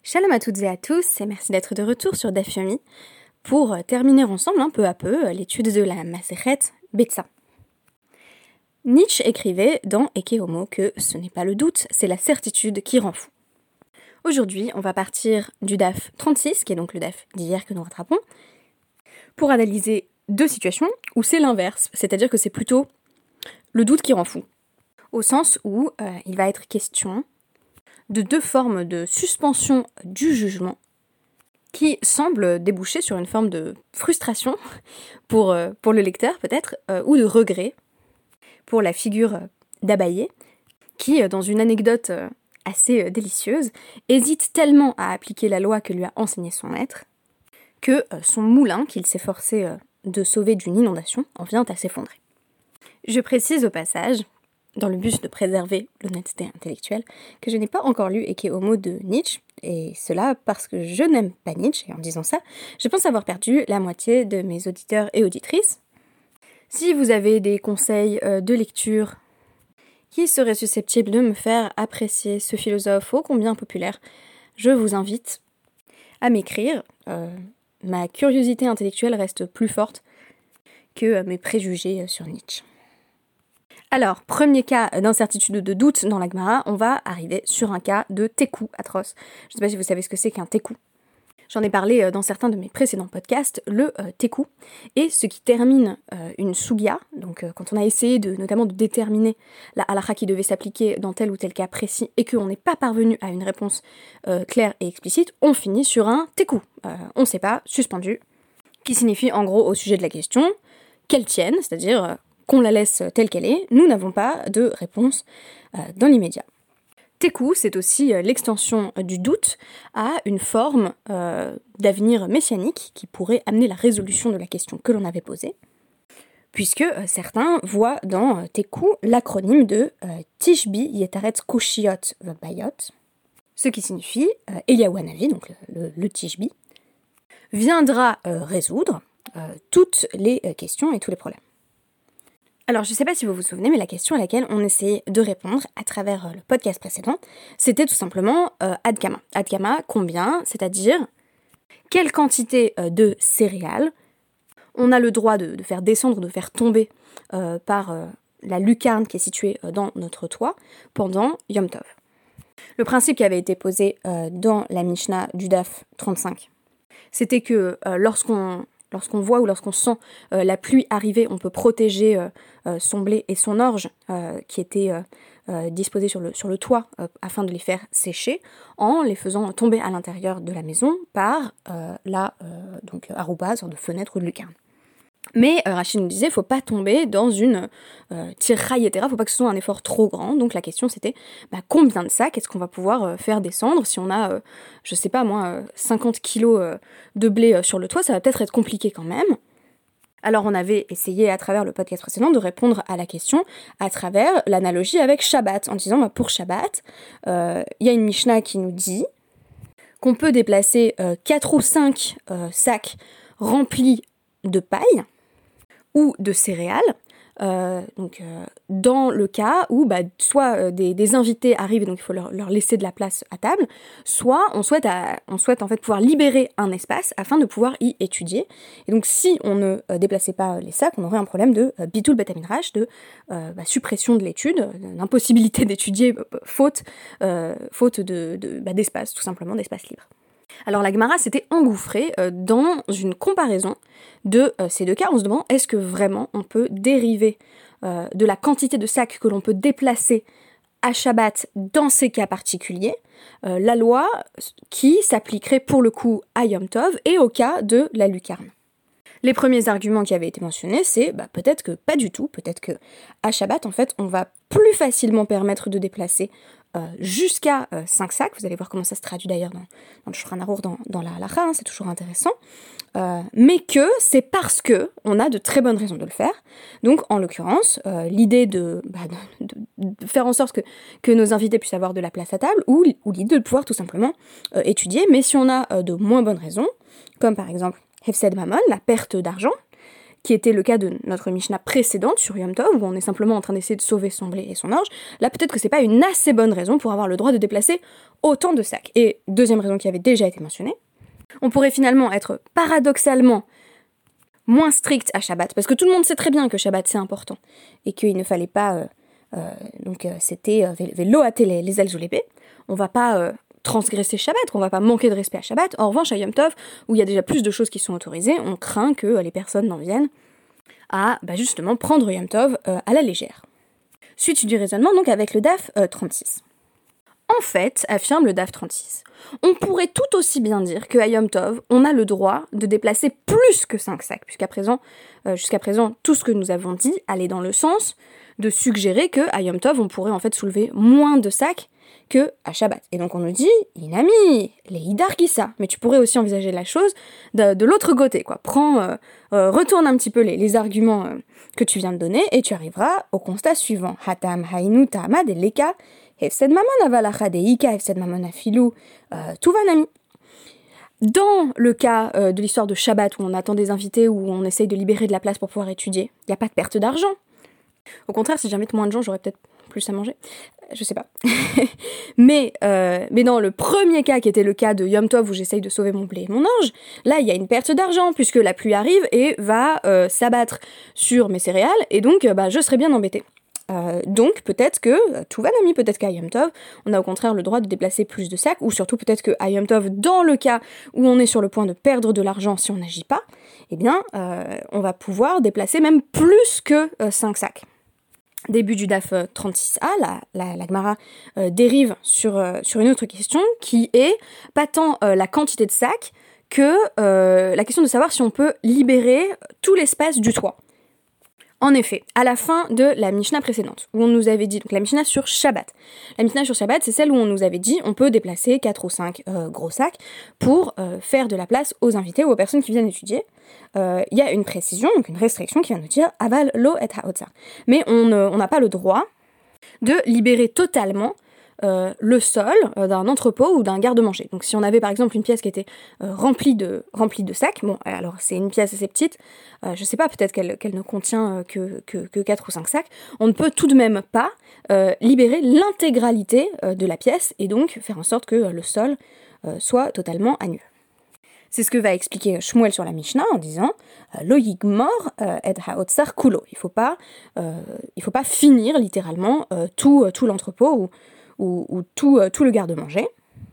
Shalom à toutes et à tous, et merci d'être de retour sur Daf Yomi pour terminer ensemble un peu à peu l'étude de la Masechet Betsa. Nietzsche écrivait dans Eke Homo que ce n'est pas le doute, c'est la certitude qui rend fou. Aujourd'hui, on va partir du Daf 36, qui est donc le Daf d'hier que nous rattrapons, pour analyser deux situations où c'est l'inverse, c'est-à-dire que c'est plutôt le doute qui rend fou, au sens où il va être question de deux formes de suspension du jugement qui semblent déboucher sur une forme de frustration pour le lecteur peut-être, ou de regret pour la figure d'Abaye, qui, dans une anecdote assez délicieuse, hésite tellement à appliquer la loi que lui a enseignée son maître, que son moulin, qu'il s'efforçait de sauver d'une inondation, en vient à s'effondrer. Je précise au passage, dans le but de préserver l'honnêteté intellectuelle, que je n'ai pas encore lu Eke Homo de Nietzsche, et cela parce que je n'aime pas Nietzsche, et en disant ça, je pense avoir perdu la moitié de mes auditeurs et auditrices. Si vous avez des conseils de lecture qui seraient susceptibles de me faire apprécier ce philosophe ô combien populaire, je vous invite à m'écrire. Ma curiosité intellectuelle reste plus forte que mes préjugés sur Nietzsche. Alors, premier cas d'incertitude, de doute dans la Gemara, on va arriver sur un cas de tekou atroce. Je ne sais pas si vous savez ce que c'est qu'un tekou. J'en ai parlé dans certains de mes précédents podcasts, le tekou, et ce qui termine une sugya, donc quand on a essayé notamment de déterminer la halakha qui devait s'appliquer dans tel ou tel cas précis, et qu'on n'est pas parvenu à une réponse claire et explicite, on finit sur un tekou, on ne sait pas, suspendu, qui signifie en gros au sujet de la question, qu'elle tienne, c'est-à-dire qu'on la laisse telle qu'elle est, nous n'avons pas de réponse dans l'immédiat. Tekou, c'est aussi l'extension du doute à une forme d'avenir messianique qui pourrait amener la résolution de la question que l'on avait posée, puisque certains voient dans Tekou l'acronyme de Tishbi Yetaretz Kushiot Vbayot, ce qui signifie Eliyahu Hanavi, donc le Tishbi, viendra résoudre toutes les questions et tous les problèmes. Alors, je ne sais pas si vous vous souvenez, mais la question à laquelle on essayait de répondre à travers le podcast précédent, c'était tout simplement Adkama. Adkama, combien, c'est-à-dire quelle quantité de céréales on a le droit de faire descendre, de faire tomber par la lucarne qui est située dans notre toit pendant Yom Tov. Le principe qui avait été posé dans la Mishnah du Daf 35, c'était que lorsqu'on voit ou lorsqu'on sent la pluie arriver, on peut protéger son blé et son orge qui étaient disposés sur le toit afin de les faire sécher en les faisant tomber à l'intérieur de la maison par la arouba, sorte de fenêtre ou de lucarne. Mais Rachid nous disait, faut pas tomber dans une tirra yetera, faut pas que ce soit un effort trop grand. Donc la question c'était, combien de sacs est-ce qu'on va pouvoir faire descendre? Si on a, 50 kilos de blé sur le toit, ça va peut-être être compliqué quand même. Alors on avait essayé à travers le podcast précédent de répondre à la question à travers l'analogie avec Shabbat, en disant pour Shabbat, il y a une Mishnah qui nous dit qu'on peut déplacer 4 ou 5 sacs remplis de paille ou de céréales, dans le cas où soit des invités arrivent et donc il faut leur laisser de la place à table, soit on souhaite en fait pouvoir libérer un espace afin de pouvoir y étudier. Et donc si on ne déplaçait pas les sacs, on aurait un problème de bitul bet midrash, de suppression de l'étude, d'impossibilité d'étudier faute d'espace, tout simplement d'espace libre. Alors la Gemara s'était engouffrée dans une comparaison de ces deux cas. On se demande, est-ce que vraiment on peut dériver de la quantité de sacs que l'on peut déplacer à Shabbat dans ces cas particuliers, la loi qui s'appliquerait pour le coup à Yom Tov et au cas de la lucarne. Les premiers arguments qui avaient été mentionnés, c'est peut-être que pas du tout, peut-être que à Shabbat, en fait, on va plus facilement permettre de déplacer jusqu'à 5 sacs. Vous allez voir comment ça se traduit d'ailleurs dans le Shulchan Arour, dans la halakha, c'est toujours intéressant. Mais que c'est parce que on a de très bonnes raisons de le faire. Donc, en l'occurrence, l'idée de faire en sorte que nos invités puissent avoir de la place à table, ou l'idée de pouvoir tout simplement étudier. Mais si on a de moins bonnes raisons, comme par exemple Hefsed Mammon, la perte d'argent, qui était le cas de notre Mishnah précédente sur Yom Tov, où on est simplement en train d'essayer de sauver son blé et son orge, là peut-être que c'est pas une assez bonne raison pour avoir le droit de déplacer autant de sacs. Et deuxième raison qui avait déjà été mentionnée, on pourrait finalement être paradoxalement moins strict à Shabbat, parce que tout le monde sait très bien que Shabbat c'est important, et qu'il ne fallait pas, c'était vélo à télé, les ailes ou l'épée, on va pas transgresser Shabbat, on va pas manquer de respect à Shabbat. En revanche, à Yom Tov, où il y a déjà plus de choses qui sont autorisées, on craint que les personnes n'en viennent à justement prendre Yom Tov à la légère. Suite du raisonnement donc avec le DAF 36. En fait, affirme le DAF 36, on pourrait tout aussi bien dire qu'à Yom Tov, on a le droit de déplacer plus que 5 sacs, puisqu'à présent, jusqu'à présent, tout ce que nous avons dit allait dans le sens de suggérer qu'à Yom Tov, on pourrait en fait soulever moins de sacs que à Shabbat. Et donc on nous dit, Inami, les Hidar Gissa, mais tu pourrais aussi envisager la chose de l'autre côté, quoi. Retourne un petit peu les arguments que tu viens de donner, et tu arriveras au constat suivant. Hatam hainu ta'amad et leka hefsed mamon avalacha deika hefsed mamon afilu tuvanami. Dans le cas de l'histoire de Shabbat, où on attend des invités, où on essaye de libérer de la place pour pouvoir étudier, il n'y a pas de perte d'argent. Au contraire, si j'invite moins de gens, j'aurais peut-être plus à manger. Je sais pas. mais dans le premier cas, qui était le cas de Yom Tov, où j'essaye de sauver mon blé et mon orge, là, il y a une perte d'argent, puisque la pluie arrive et va s'abattre sur mes céréales, et donc je serais bien embêtée. Donc peut-être que, tout va l'ami, peut-être qu'à Yom Tov, on a au contraire le droit de déplacer plus de sacs, ou surtout peut-être qu'à Yom Tov, dans le cas où on est sur le point de perdre de l'argent si on n'agit pas, eh bien, on va pouvoir déplacer même plus que 5 sacs. Début du DAF 36a, la Gemara dérive sur une autre question, qui est pas tant la quantité de sacs que la question de savoir si on peut libérer tout l'espace du toit. En effet, à la fin de la Mishnah précédente, où on nous avait dit, donc la Mishnah sur Shabbat. La Mishnah sur Shabbat, c'est celle où on nous avait dit on peut déplacer 4 ou 5 gros sacs pour faire de la place aux invités ou aux personnes qui viennent étudier. Il y a une précision, donc une restriction qui vient nous dire aval lo et haotza. Mais on n'a pas le droit de libérer totalement le sol d'un entrepôt ou d'un garde-manger. Donc si on avait par exemple une pièce qui était remplie de sacs, bon alors c'est une pièce assez petite, je sais pas, peut-être qu'elle ne contient que 4 ou 5 sacs, on ne peut tout de même pas libérer l'intégralité de la pièce et donc faire en sorte que le sol soit totalement à nu. C'est ce que va expliquer Shmuel sur la Mishnah en disant Lo yigmor et haotsar kulo. Il faut pas finir littéralement tout l'entrepôt ou tout le garde-manger.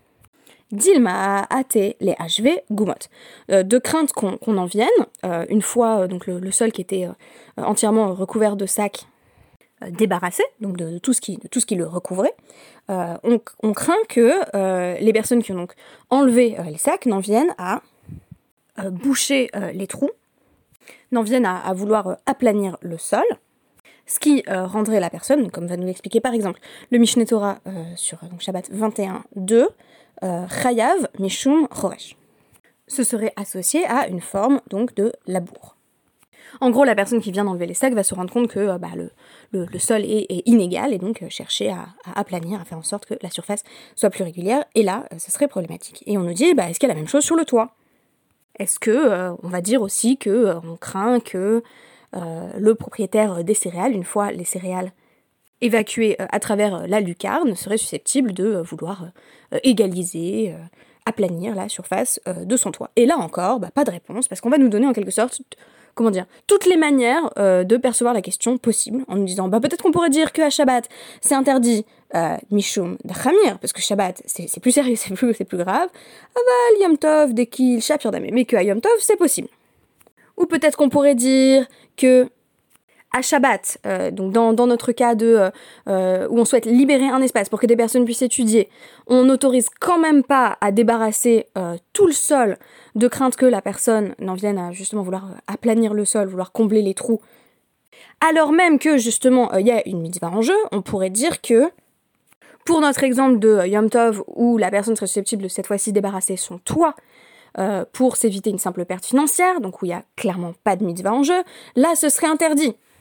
Dilma ate les hv gumot. De crainte qu'on en vienne, une fois donc le sol qui était entièrement recouvert de sacs débarrassé, donc de tout ce qui le recouvrait, on craint que les personnes qui ont donc enlevé les sacs n'en viennent à boucher les trous, n'en viennent à vouloir aplanir le sol, ce qui rendrait la personne, comme va nous l'expliquer par exemple le Mishneh Torah sur Shabbat 21.2, Chayav Mishum Choresh. Ce serait associé à une forme donc de labour. En gros, la personne qui vient d'enlever les sacs va se rendre compte que le sol est inégal et donc chercher à aplanir, à faire en sorte que la surface soit plus régulière. Et là, ce serait problématique. Et on nous dit, est-ce qu'il y a la même chose sur le toit ? Est-ce que on va dire aussi que on craint que le propriétaire des céréales, une fois les céréales évacuées à travers la lucarne, serait susceptible de vouloir égaliser, aplanir la surface de son toit. Et là encore, pas de réponse, parce qu'on va nous donner en quelque sorte, toutes les manières de percevoir la question possible, en nous disant, peut-être qu'on pourrait dire qu'à Shabbat, c'est interdit Mishum d'Achamir, parce que Shabbat, c'est plus sérieux, c'est plus grave, Aval Yom Tov, Dekil, Shapir Damé, mais qu'à Yom Tov, c'est possible. Ou peut-être qu'on pourrait dire que à Shabbat, donc dans notre cas où on souhaite libérer un espace pour que des personnes puissent étudier, on n'autorise quand même pas à débarrasser tout le sol de crainte que la personne n'en vienne à justement vouloir aplanir le sol, vouloir combler les trous. Alors même que justement il y a une mitzvah en jeu, on pourrait dire que pour notre exemple de Yom Tov où la personne serait susceptible de cette fois-ci débarrasser son toit pour s'éviter une simple perte financière, donc où il n'y a clairement pas de mitzvah en jeu, là ce serait interdit.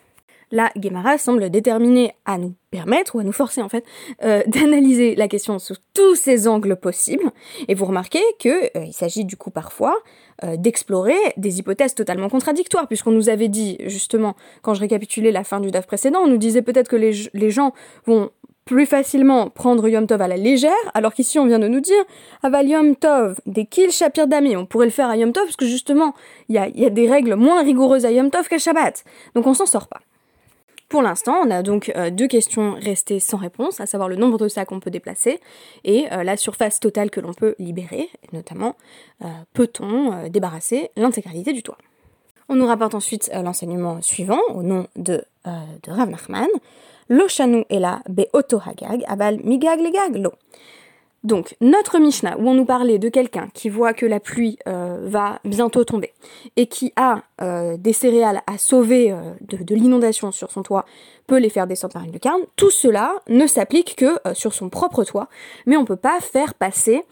La Gemara semble déterminée à nous permettre, ou à nous forcer en fait, d'analyser la question sous tous ces angles possibles, et vous remarquez qu'il s'agit du coup parfois d'explorer des hypothèses totalement contradictoires, puisqu'on nous avait dit, justement, quand je récapitulais la fin du DAF précédent, on nous disait peut-être que les gens vont plus facilement prendre Yom Tov à la légère, alors qu'ici on vient de nous dire Aval Yom Tov, des Kil Shapir Dami, on pourrait le faire à Yom Tov, parce que justement, il y a des règles moins rigoureuses à Yom Tov qu'à Shabbat, donc on s'en sort pas. Pour l'instant, on a donc deux questions restées sans réponse, à savoir le nombre de sacs qu'on peut déplacer et la surface totale que l'on peut libérer, et notamment peut-on débarrasser l'intégralité du toit. On nous rapporte ensuite l'enseignement suivant au nom de Rav Nachman, Lo shanu ela be'oto hagag, aval migag legag lo. Donc, notre Mishnah, où on nous parlait de quelqu'un qui voit que la pluie va bientôt tomber, et qui a des céréales à sauver de l'inondation sur son toit, peut les faire descendre par une lucarne, tout cela ne s'applique que sur son propre toit, mais on ne peut pas faire passer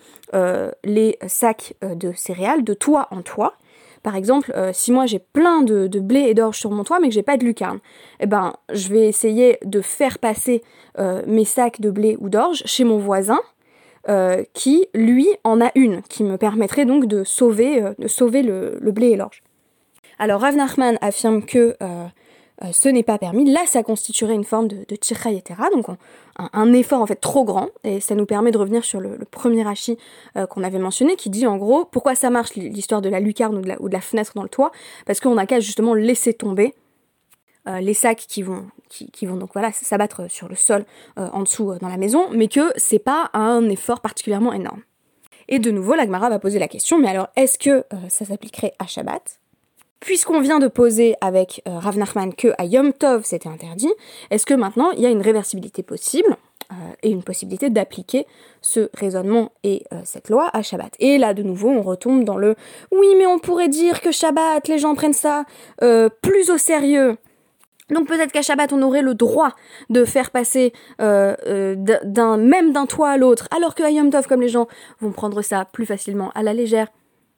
les sacs de céréales de toit en toit. Par exemple, si moi j'ai plein de blé et d'orge sur mon toit, mais que j'ai pas de lucarne, eh ben, je vais essayer de faire passer mes sacs de blé ou d'orge chez mon voisin, qui, lui, en a une, qui me permettrait donc de sauver le blé et l'orge. Alors Rav Nachman affirme que ce n'est pas permis, là ça constituerait une forme de tircha yetera, donc un effort en fait trop grand, et ça nous permet de revenir sur le premier Rashi qu'on avait mentionné, qui dit en gros, pourquoi ça marche l'histoire de la lucarne ou de la fenêtre dans le toit, parce qu'on n'a qu'à justement laisser tomber les sacs qui vont donc voilà s'abattre sur le sol en dessous dans la maison, mais que c'est pas un effort particulièrement énorme. Et de nouveau, la Gemara va poser la question, mais alors est-ce que ça s'appliquerait à Shabbat ? Puisqu'on vient de poser avec Rav Nachman que à Yom Tov c'était interdit, est-ce que maintenant il y a une réversibilité possible et une possibilité d'appliquer ce raisonnement et cette loi à Shabbat ? Et là de nouveau on retombe dans le « oui mais on pourrait dire que Shabbat, les gens prennent ça plus au sérieux ». Donc peut-être qu'à Shabbat, on aurait le droit de faire passer d'un toit à l'autre, alors qu'à Yom Tov, comme les gens vont prendre ça plus facilement à la légère,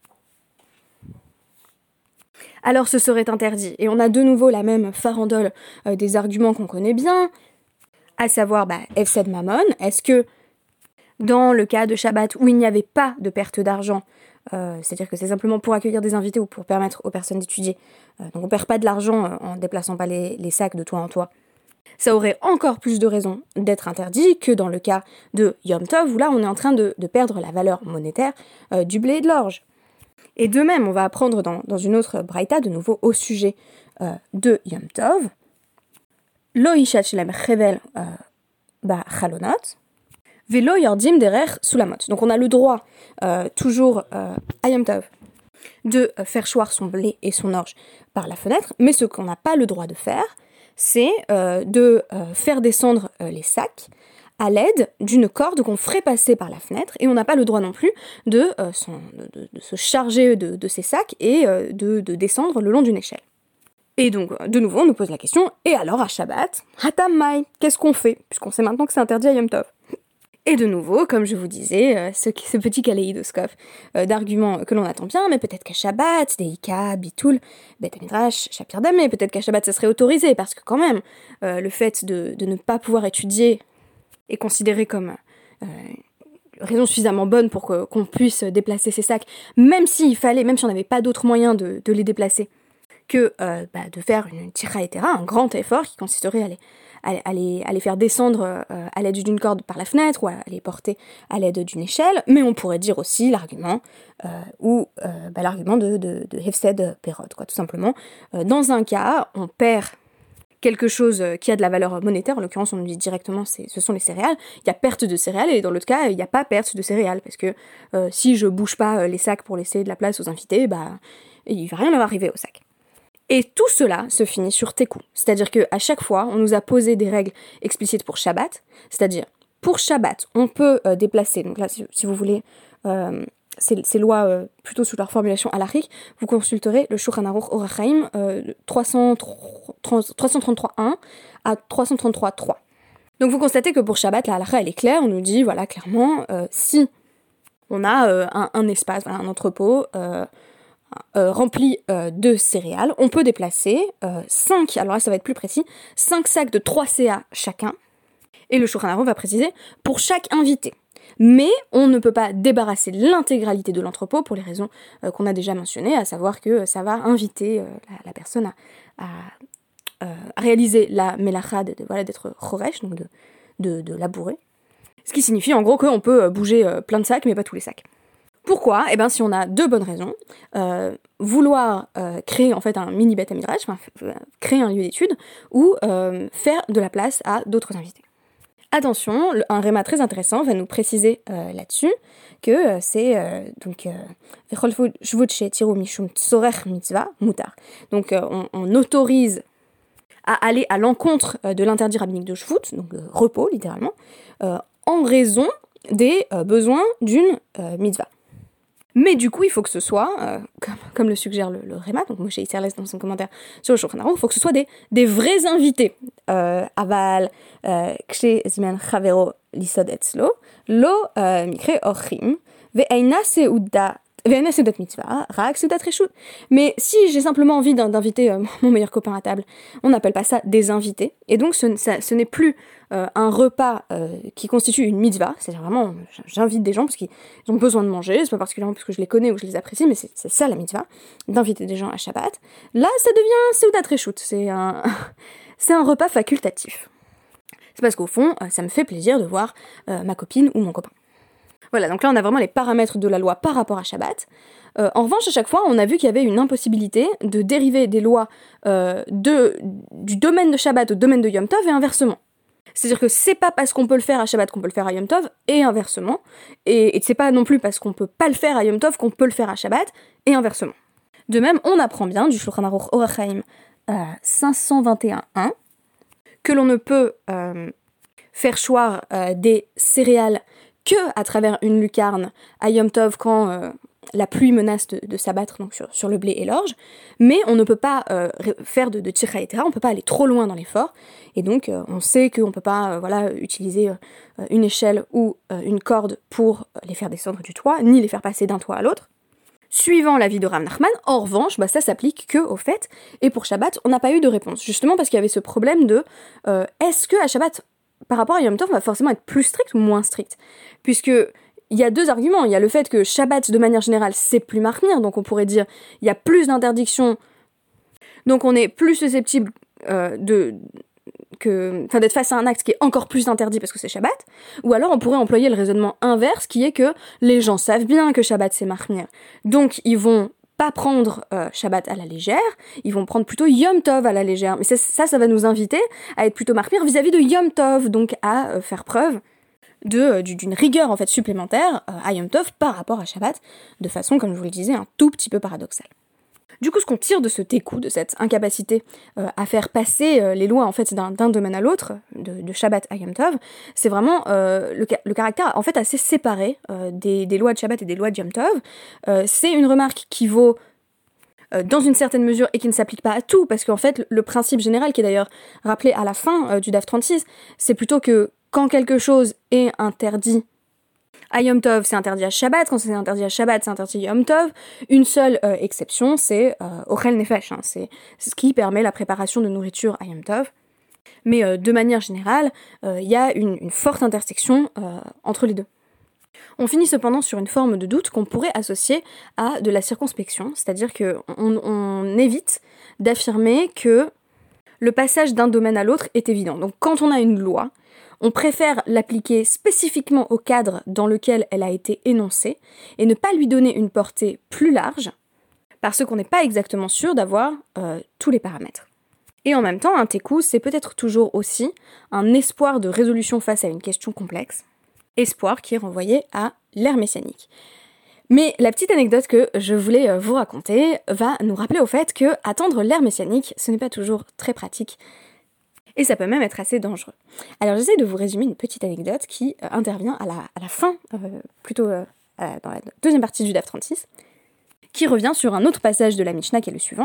alors ce serait interdit. Et on a de nouveau la même farandole des arguments qu'on connaît bien, à savoir Efsed Mammon. Est-ce que dans le cas de Shabbat où il n'y avait pas de perte d'argent, c'est-à-dire que c'est simplement pour accueillir des invités ou pour permettre aux personnes d'étudier, donc on perd pas de l'argent en déplaçant pas les sacs de toit en toit, ça aurait encore plus de raisons d'être interdit que dans le cas de Yom Tov, où là on est en train de perdre la valeur monétaire du blé et de l'orge. Et de même, on va apprendre dans une autre braïta, de nouveau au sujet de Yom Tov, Lo ishat shelem chevel chalonot, Velo yordim derer sulamot. Donc on a le droit, toujours à Yom Tov, de faire choir son blé et son orge par la fenêtre, mais ce qu'on n'a pas le droit de faire, c'est de faire descendre les sacs à l'aide d'une corde qu'on ferait passer par la fenêtre, et on n'a pas le droit non plus de se charger de ces sacs et de descendre le long d'une échelle. Et donc, de nouveau, on nous pose la question, et alors à Shabbat, Hatam Mai, qu'est-ce qu'on fait, puisqu'on sait maintenant que c'est interdit à Yom Tov ? Et de nouveau, comme je vous disais, ce petit kaléidoscope d'arguments que l'on attend bien, mais peut-être qu'à Shabbat, Deika, Bitoul, Bet Midrash, Shapir Damé, peut-être qu'à Shabbat ça serait autorisé, parce que quand même, le fait de ne pas pouvoir étudier est considéré comme raison suffisamment bonne pour qu'on puisse déplacer ces sacs, même si on n'avait pas d'autre moyen de les déplacer, que de faire une tircha etera, un grand effort qui consisterait à les faire descendre à l'aide d'une corde par la fenêtre ou à les porter à l'aide d'une échelle, mais on pourrait dire aussi l'argument l'argument de Hefsed Perot, quoi, tout simplement. Dans un cas, on perd quelque chose qui a de la valeur monétaire, en l'occurrence on nous dit directement ce sont les céréales, il y a perte de céréales, et dans l'autre cas il n'y a pas perte de céréales, parce que si je bouge pas les sacs pour laisser de la place aux invités, il va rien arriver aux sacs. Et tout cela se finit sur Tekou, c'est-à-dire qu'à chaque fois, on nous a posé des règles explicites pour Shabbat, c'est-à-dire, pour Shabbat, on peut déplacer, donc là, si vous voulez, ces lois plutôt sous leur formulation halachique, vous consulterez le Shulchan Aruch Orach Chaim 333.1 à 333.3. Donc vous constatez que pour Shabbat, la halakha, elle est claire, on nous dit, voilà, clairement, si on a un espace, voilà, un entrepôt, remplis de céréales, on peut déplacer 5, alors là ça va être plus précis, 5 sacs de 3 CA chacun, et le Shulchan Aruch va préciser pour chaque invité. Mais on ne peut pas débarrasser l'intégralité de l'entrepôt pour les raisons qu'on a déjà mentionnées, à savoir que ça va inviter la personne à réaliser la melacha, d'être choresh, donc de labourer. Ce qui signifie en gros qu'on peut bouger plein de sacs, mais pas tous les sacs. Pourquoi ? Eh bien, si on a 2 bonnes raisons. Vouloir créer en fait un mini Beth Midrash, créer un lieu d'étude, ou faire de la place à d'autres invités. Attention, un réma très intéressant va nous préciser là-dessus que c'est donc donc on autorise à aller à l'encontre de l'interdit rabbinique de Shvut, donc repos littéralement, en raison des besoins d'une mitzvah. Mais du coup, il faut que ce soit, comme le suggère le Réma, donc Moshe Isserles dans son commentaire sur le Shulchan Aruch, il faut que ce soit des vrais invités. Aval, kshe ziman chavero lisod etzlo, lo mikre orchim, ve'eina seudat mitzvah, rak seudat reshut. Mais si j'ai simplement envie d'inviter mon meilleur copain à table, on n'appelle pas ça des invités. Et donc ce n'est plus un repas qui constitue une mitzvah, c'est-à-dire vraiment j'invite des gens parce qu'ils ont besoin de manger, c'est pas particulièrement parce que je les connais ou je les apprécie, mais c'est ça la mitzvah, d'inviter des gens à Shabbat. Là, ça devient seudat reshut, c'est un repas facultatif. C'est parce qu'au fond, ça me fait plaisir de voir ma copine ou mon copain. Voilà, donc là on a vraiment les paramètres de la loi par rapport à Shabbat. En revanche, à chaque fois, on a vu qu'il y avait une impossibilité de dériver des lois du domaine de Shabbat au domaine de Yom Tov et inversement. C'est-à-dire que c'est pas parce qu'on peut le faire à Shabbat qu'on peut le faire à Yom Tov et inversement. Et c'est pas non plus parce qu'on peut pas le faire à Yom Tov qu'on peut le faire à Shabbat et inversement. De même, on apprend bien du Shulchan Aruch Orach Chaim 521.1 que l'on ne peut faire choir des céréales que à travers une lucarne à Yom Tov quand la pluie menace de s'abattre donc sur le blé et l'orge, mais on ne peut pas faire de tchira etc, on ne peut pas aller trop loin dans l'effort, et donc on sait qu'on ne peut pas utiliser une échelle ou une corde pour les faire descendre du toit, ni les faire passer d'un toit à l'autre. Suivant l'avis de Rav Nachman, en revanche, ça s'applique que au fait, et pour Shabbat, on n'a pas eu de réponse, justement parce qu'il y avait ce problème de est-ce que à Shabbat, par rapport à Yom Tov, on va forcément être plus strict ou moins strict, puisque il y a 2 arguments. Il y a le fait que Shabbat, de manière générale, c'est plus marmire, donc on pourrait dire il y a plus d'interdictions, donc on est plus susceptible d'être face à un acte qui est encore plus interdit parce que c'est Shabbat, ou alors on pourrait employer le raisonnement inverse qui est que les gens savent bien que Shabbat c'est marmire, donc ils vont pas prendre Shabbat à la légère, ils vont prendre plutôt Yom Tov à la légère, mais ça va nous inviter à être plutôt marmire vis-à-vis de Yom Tov, donc à faire preuve d'une rigueur en fait supplémentaire à Yom Tov par rapport à Shabbat, de façon, comme je vous le disais, un tout petit peu paradoxale. Du coup, ce qu'on tire de ce tékou, de cette incapacité à faire passer les lois en fait d'un domaine à l'autre, de Shabbat à Yom Tov, c'est vraiment le caractère en fait assez séparé des lois de Shabbat et des lois de Yom Tov. C'est une remarque qui vaut dans une certaine mesure et qui ne s'applique pas à tout, parce qu'en fait, le principe général, qui est d'ailleurs rappelé à la fin du DAF 36, c'est plutôt que quand quelque chose est interdit à Yom Tov, c'est interdit à Shabbat. Quand c'est interdit à Shabbat, c'est interdit à Yom Tov. Une seule exception, c'est Ochel Nefesh. C'est ce qui permet la préparation de nourriture à Yom Tov. Mais de manière générale, il y a une forte intersection entre les deux. On finit cependant sur une forme de doute qu'on pourrait associer à de la circonspection, c'est-à-dire qu'on évite d'affirmer que le passage d'un domaine à l'autre est évident. Donc quand on a une loi, on préfère l'appliquer spécifiquement au cadre dans lequel elle a été énoncée et ne pas lui donner une portée plus large parce qu'on n'est pas exactement sûr d'avoir tous les paramètres. Et en même temps, un tékou, c'est peut-être toujours aussi un espoir de résolution face à une question complexe, espoir qui est renvoyé à l'ère messianique. Mais la petite anecdote que je voulais vous raconter va nous rappeler au fait que attendre l'ère messianique, ce n'est pas toujours très pratique. Et ça peut même être assez dangereux. Alors j'essaie de vous résumer une petite anecdote qui intervient à la fin, plutôt dans la deuxième partie du DAF 36, qui revient sur un autre passage de la Mishnah qui est le suivant,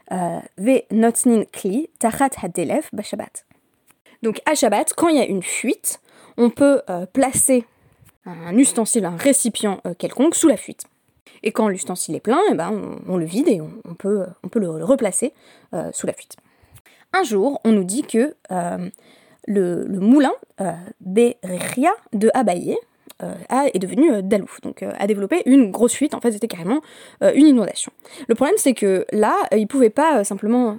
Ve notnin kli tachat hadelef bashabbat. Donc à Shabbat, quand il y a une fuite, on peut placer un ustensile, un récipient quelconque sous la fuite. Et quand l'ustensile est plein, on le vide et on peut le replacer sous la fuite. Un jour, on nous dit que le moulin Berechia de Abaye est devenu Dalouf, donc a développé une grosse fuite. En fait, c'était carrément une inondation. Le problème, c'est que là, il pouvait pas simplement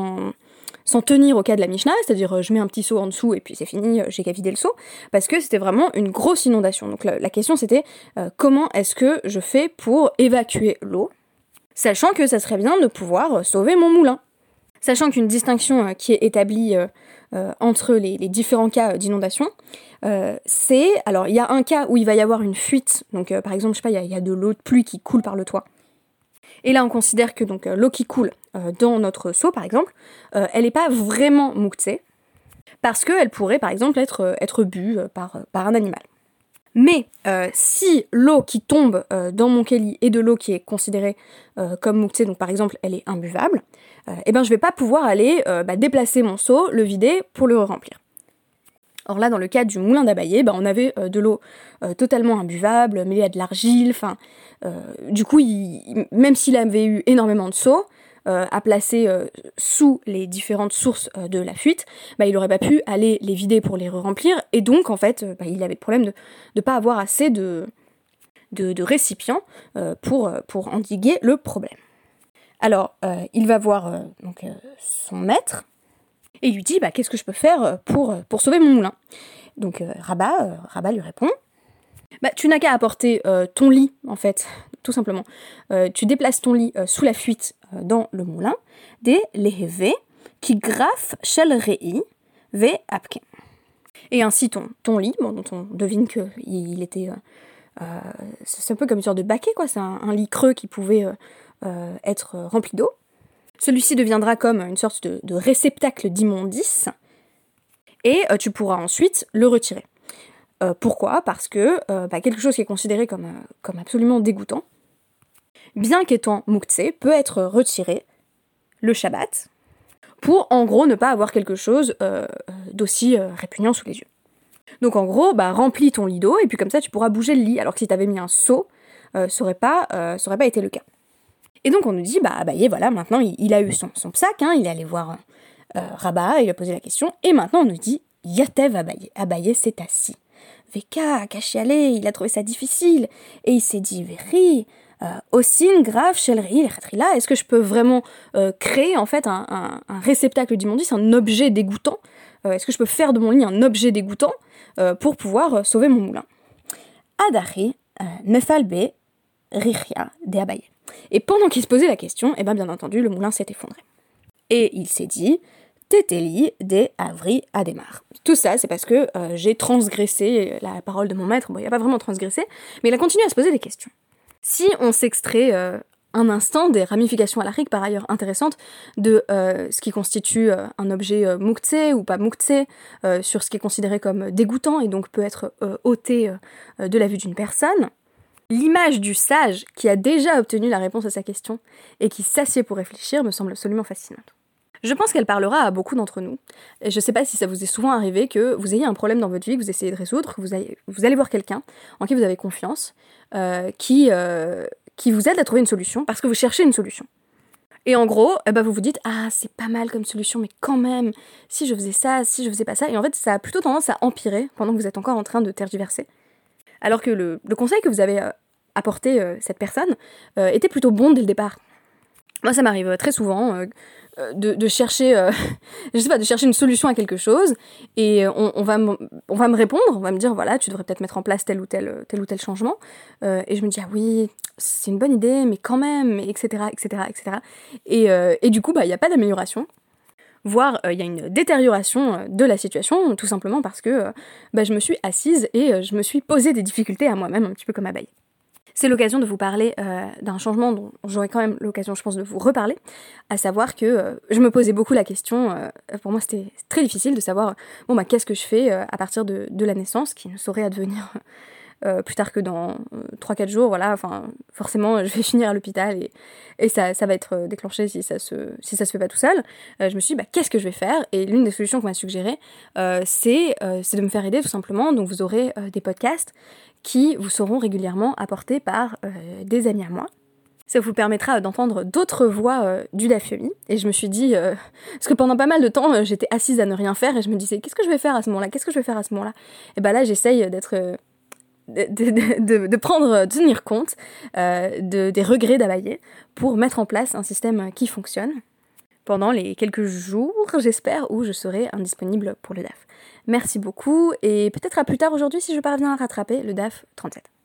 s'en tenir au cas de la Mishnah, c'est-à-dire je mets un petit seau en dessous et puis c'est fini, j'ai qu'à vider le seau, parce que c'était vraiment une grosse inondation. Donc la question c'était comment est-ce que je fais pour évacuer l'eau, sachant que ça serait bien de pouvoir sauver mon moulin. Sachant qu'une distinction qui est établie entre les différents cas d'inondation, c'est... Alors, il y a un cas où il va y avoir une fuite, donc par exemple, je sais pas, il y a de l'eau de pluie qui coule par le toit. Et là, on considère que donc l'eau qui coule dans notre seau, par exemple, elle n'est pas vraiment mouktée, parce qu'elle pourrait, par exemple, être bue par un animal. Mais si l'eau qui tombe dans mon keli est de l'eau qui est considérée comme mouktée, donc par exemple elle est imbuvable, je vais pas pouvoir aller déplacer mon seau, le vider pour le remplir. Or là, dans le cas du moulin d'Abaye, on avait de l'eau totalement imbuvable, mêlée à de l'argile, du coup, même s'il avait eu énormément de seaux, à placer sous les différentes sources de la fuite, il n'aurait pas pu aller les vider pour les remplir, et donc en fait il avait le problème de ne pas avoir assez de récipients pour endiguer le problème. Alors il va voir son maître et il lui dit qu'est-ce que je peux faire pour sauver mon moulin. Donc Rabat lui répond tu n'as qu'à apporter ton lit, en fait, tout simplement. Tu déplaces ton lit sous la fuite dans le moulin, des leheve qui graffe shel rei ve apke. Et ainsi ton lit, dont on devine qu'il était... c'est un peu comme une sorte de baquet, quoi. C'est un lit creux qui pouvait être rempli d'eau. Celui-ci deviendra comme une sorte de réceptacle d'immondices, et tu pourras ensuite le retirer. Pourquoi ? Parce que quelque chose qui est considéré comme absolument dégoûtant, bien qu'étant mouktse, peut être retiré le Shabbat, pour en gros ne pas avoir quelque chose d'aussi répugnant sous les yeux. Donc en gros, remplis ton lit d'eau, et puis comme ça tu pourras bouger le lit, alors que si t'avais mis un seau, ça aurait pas été le cas. Et donc on nous dit, voilà, maintenant il a eu son psaque, il est allé voir Rabat, il a posé la question, et maintenant on nous dit, Yatev Abaye s'est assis. Veka, cachialé, il a trouvé ça difficile, et il s'est dit, Véri, Osin, grave, Shelri, là, est-ce que je peux vraiment créer en fait un réceptacle d'immondice, un objet dégoûtant, est-ce que je peux faire de mon lit un objet dégoûtant pour pouvoir sauver mon moulin. Adari, Nefalbe, Richia, de Abaye. Et pendant qu'il se posait la question, bien entendu, le moulin s'est effondré. Et il s'est dit, Tétéli de Avri Ademar. Tout ça, c'est parce que j'ai transgressé la parole de mon maître. Bon, il n'a pas vraiment transgressé, mais il a continué à se poser des questions. Si on s'extrait un instant des ramifications halachiques, par ailleurs intéressantes, de ce qui constitue un objet mouktse ou pas mouktse, sur ce qui est considéré comme dégoûtant et donc peut être ôté de la vue d'une personne, l'image du sage qui a déjà obtenu la réponse à sa question et qui s'assied pour réfléchir me semble absolument fascinante. Je pense qu'elle parlera à beaucoup d'entre nous. Et je sais pas si ça vous est souvent arrivé que vous ayez un problème dans votre vie que vous essayez de résoudre, que vous allez voir quelqu'un en qui vous avez confiance, qui vous aide à trouver une solution parce que vous cherchez une solution. Et en gros, vous vous dites « Ah, c'est pas mal comme solution, mais quand même, si je faisais ça, si je faisais pas ça... » Et en fait, ça a plutôt tendance à empirer pendant que vous êtes encore en train de tergiverser. Alors que le conseil que vous avez apporté cette personne était plutôt bon dès le départ. Moi, ça m'arrive très souvent de chercher, de chercher une solution à quelque chose, et on va me répondre, on va me dire, voilà, tu devrais peut-être mettre en place tel ou tel changement, et je me dis, ah oui, c'est une bonne idée, mais quand même, etc., etc., etc. Et du coup, il n'y a pas d'amélioration, voire il y a une détérioration de la situation, tout simplement parce que je me suis assise et je me suis posé des difficultés à moi-même, un petit peu comme Abaye. C'est l'occasion de vous parler d'un changement dont j'aurai quand même l'occasion, je pense, de vous reparler, à savoir que je me posais beaucoup la question, pour moi c'était très difficile de savoir, qu'est-ce que je fais à partir de la naissance, qui ne saurait advenir plus tard que dans 3-4 jours, voilà, enfin, forcément, je vais finir à l'hôpital et ça va être déclenché si ça se fait pas tout seul. Je me suis dit, qu'est-ce que je vais faire? Et l'une des solutions qu'on m'a suggérée, c'est de me faire aider tout simplement. Donc vous aurez des podcasts qui vous seront régulièrement apportés par des amis à moi. Ça vous permettra d'entendre d'autres voix du DAF-Yomi. Et je me suis dit, parce que pendant pas mal de temps, j'étais assise à ne rien faire et je me disais, qu'est-ce que je vais faire à ce moment-là? Qu'est-ce que je vais faire à ce moment-là? Et là, j'essaye d'être... de tenir compte des regrets d'Abaye pour mettre en place un système qui fonctionne pendant les quelques jours, j'espère, où je serai indisponible pour le DAF. Merci beaucoup et peut-être à plus tard aujourd'hui si je parviens à rattraper le DAF 37.